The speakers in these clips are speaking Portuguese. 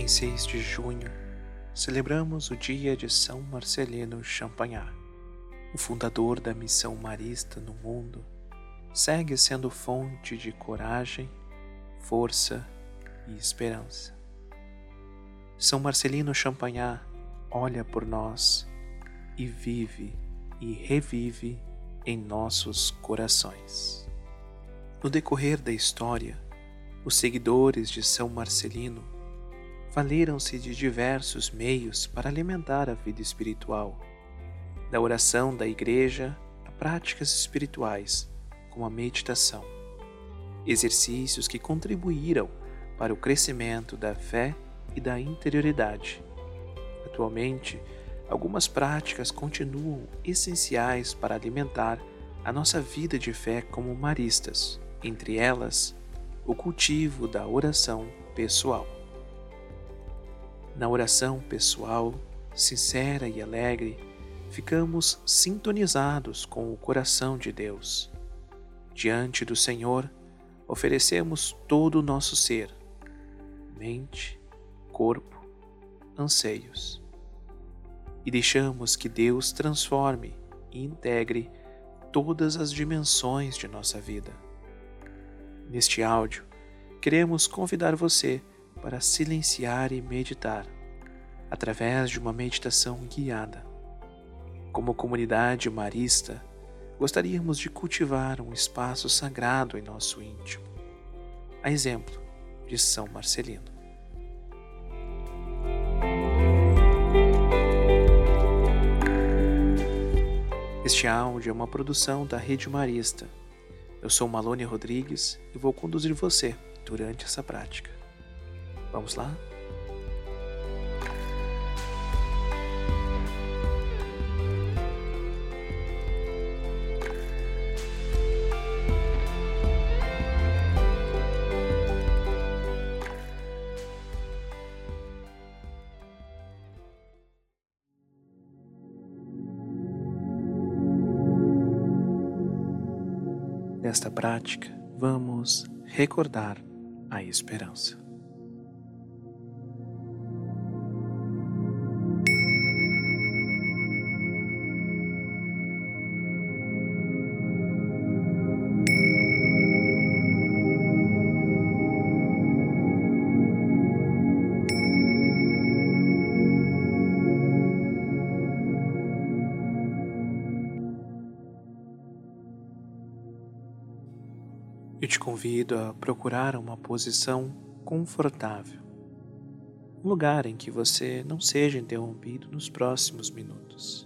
6 de junho, celebramos o dia de São Marcelino Champagnat. O fundador da missão marista no mundo segue sendo fonte de coragem, força e esperança. São Marcelino Champagnat olha por nós e vive e revive em nossos corações. No decorrer da história, os seguidores de São Marcelino valeram-se de diversos meios para alimentar a vida espiritual, da oração da igreja a práticas espirituais, como a meditação, exercícios que contribuíram para o crescimento da fé e da interioridade. Atualmente, algumas práticas continuam essenciais para alimentar a nossa vida de fé como maristas, entre elas, o cultivo da oração pessoal. Na oração pessoal, sincera e alegre, ficamos sintonizados com o coração de Deus. Diante do Senhor, oferecemos todo o nosso ser, mente, corpo, anseios. E deixamos que Deus transforme e integre todas as dimensões de nossa vida. Neste áudio, queremos convidar você para silenciar e meditar, através de uma meditação guiada. Como comunidade marista, gostaríamos de cultivar um espaço sagrado em nosso íntimo, a exemplo de São Marcelino. Este áudio é uma produção da Rede Marista. Eu sou Malone Rodrigues e vou conduzir você durante essa prática. Vamos lá? Nesta prática, vamos recordar a esperança. Eu te convido a procurar uma posição confortável, um lugar em que você não seja interrompido nos próximos minutos.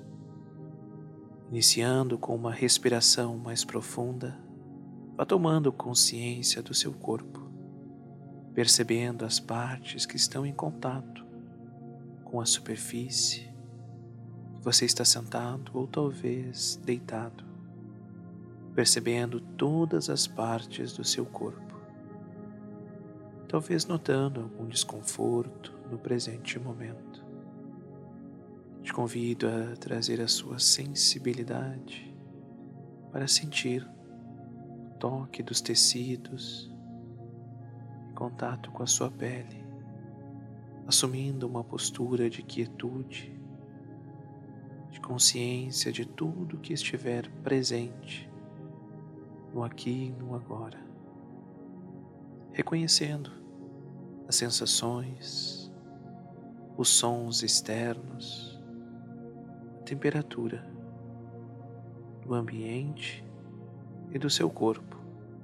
Iniciando com uma respiração mais profunda, vá tomando consciência do seu corpo, percebendo as partes que estão em contato com a superfície. Você está sentado ou talvez deitado, percebendo todas as partes do seu corpo, talvez notando algum desconforto no presente momento. Te convido a trazer a sua sensibilidade para sentir o toque dos tecidos, em contato com a sua pele, assumindo uma postura de quietude, de consciência de tudo que estiver presente no aqui e no agora, reconhecendo as sensações, os sons externos, a temperatura do ambiente e do seu corpo.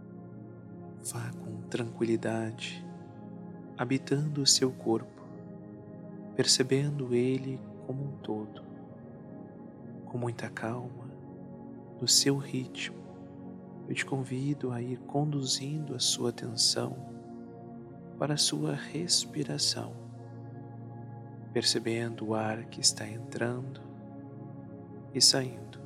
Vá com tranquilidade, habitando o seu corpo, percebendo ele como um todo, com muita calma, no seu ritmo. Eu te convido a ir conduzindo a sua atenção para a sua respiração, percebendo o ar que está entrando e saindo.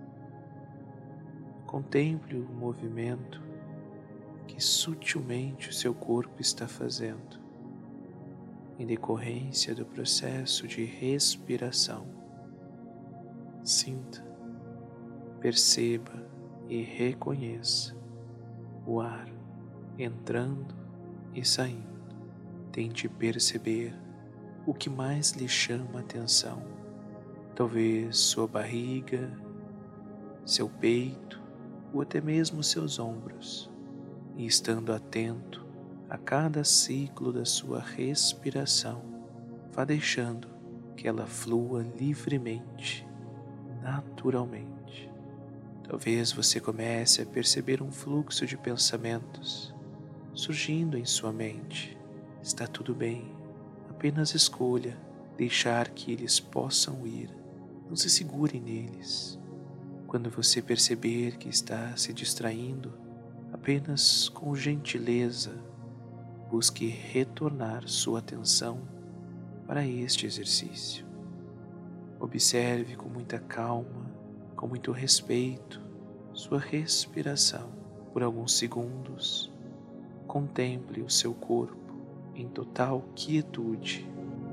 Contemple o movimento que sutilmente o seu corpo está fazendo, em decorrência do processo de respiração. Sinta, perceba e reconheça o ar entrando e saindo. Tente perceber o que mais lhe chama a atenção. Talvez sua barriga, seu peito ou até mesmo seus ombros. E estando atento a cada ciclo da sua respiração, vá deixando que ela flua livremente, naturalmente. Talvez você comece a perceber um fluxo de pensamentos surgindo em sua mente. Está tudo bem, apenas escolha deixar que eles possam ir. Não se segure neles. Quando você perceber que está se distraindo, apenas com gentileza, busque retornar sua atenção para este exercício. Observe com muita calma, com muito respeito, sua respiração por alguns segundos. Contemple o seu corpo em total quietude.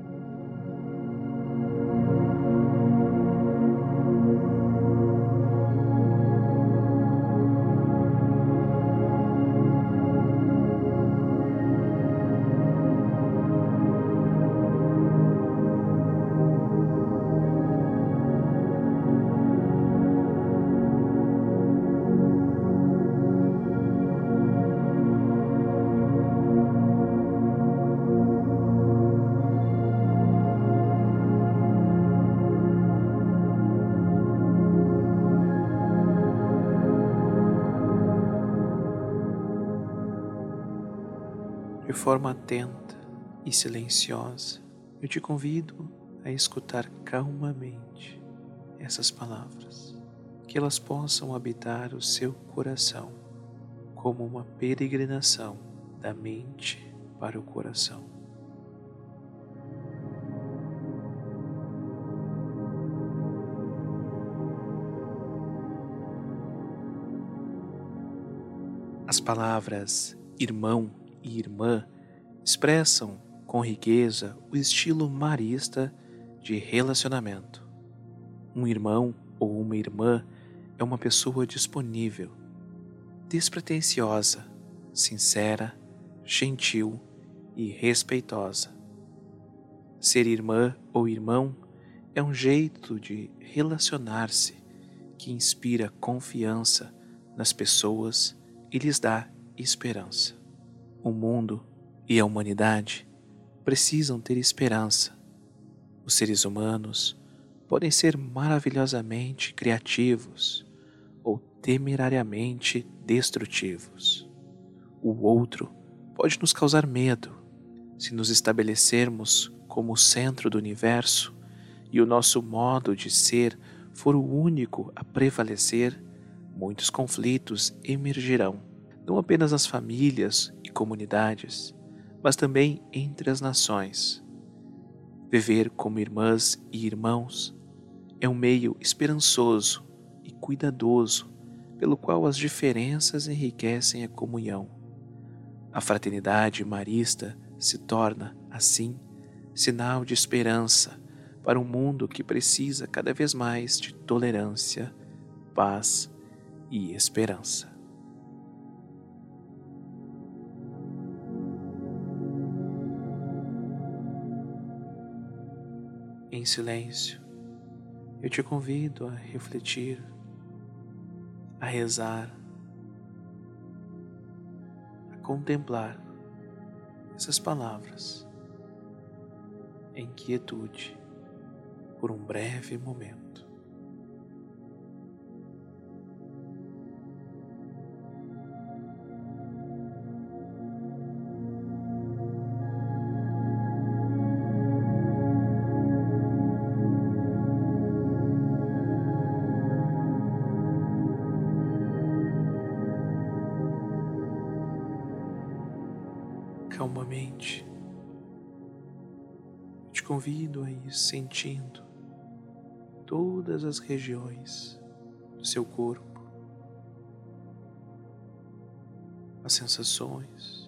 De forma atenta e silenciosa, eu te convido a escutar calmamente essas palavras, que elas possam habitar o seu coração como uma peregrinação da mente para o coração. As palavras irmão e irmã expressam com riqueza o estilo marista de relacionamento. Um irmão ou uma irmã é uma pessoa disponível, despretensiosa, sincera, gentil e respeitosa. Ser irmã ou irmão é um jeito de relacionar-se que inspira confiança nas pessoas e lhes dá esperança. O mundo e a humanidade precisam ter esperança. Os seres humanos podem ser maravilhosamente criativos ou temerariamente destrutivos. O outro pode nos causar medo se nos estabelecermos como o centro do universo e o nosso modo de ser for o único a prevalecer. Muitos conflitos emergirão, não apenas nas famílias e comunidades, mas também entre as nações. Viver como irmãs e irmãos é um meio esperançoso e cuidadoso pelo qual as diferenças enriquecem a comunhão. A fraternidade marista se torna, assim, sinal de esperança para um mundo que precisa cada vez mais de tolerância, paz e esperança. Em silêncio, eu te convido a refletir, a rezar, a contemplar essas palavras em quietude por um breve momento. Calmamente, eu te convido a ir sentindo todas as regiões do seu corpo, as sensações,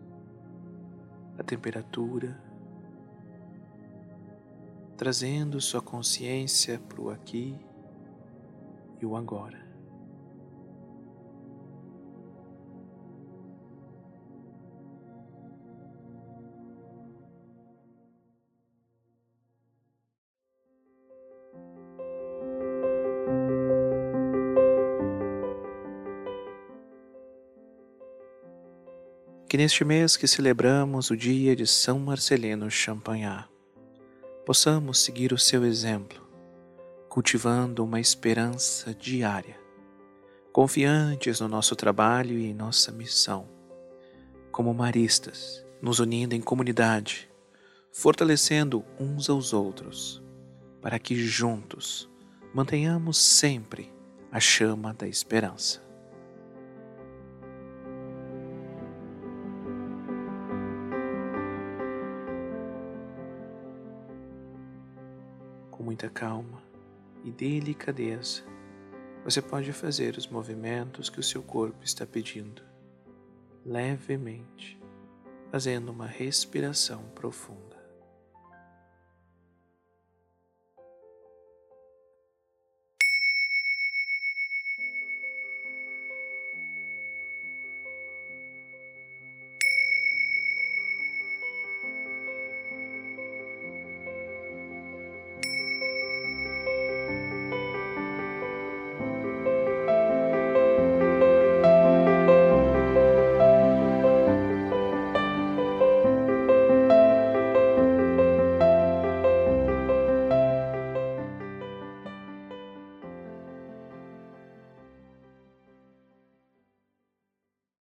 a temperatura, trazendo sua consciência para o aqui e o agora. Que neste mês que celebramos o dia de São Marcelino Champagnat, possamos seguir o seu exemplo, cultivando uma esperança diária, confiantes no nosso trabalho e em nossa missão, como maristas, nos unindo em comunidade, fortalecendo uns aos outros, para que juntos mantenhamos sempre a chama da esperança. Com muita calma e delicadeza, você pode fazer os movimentos que o seu corpo está pedindo, levemente, fazendo uma respiração profunda.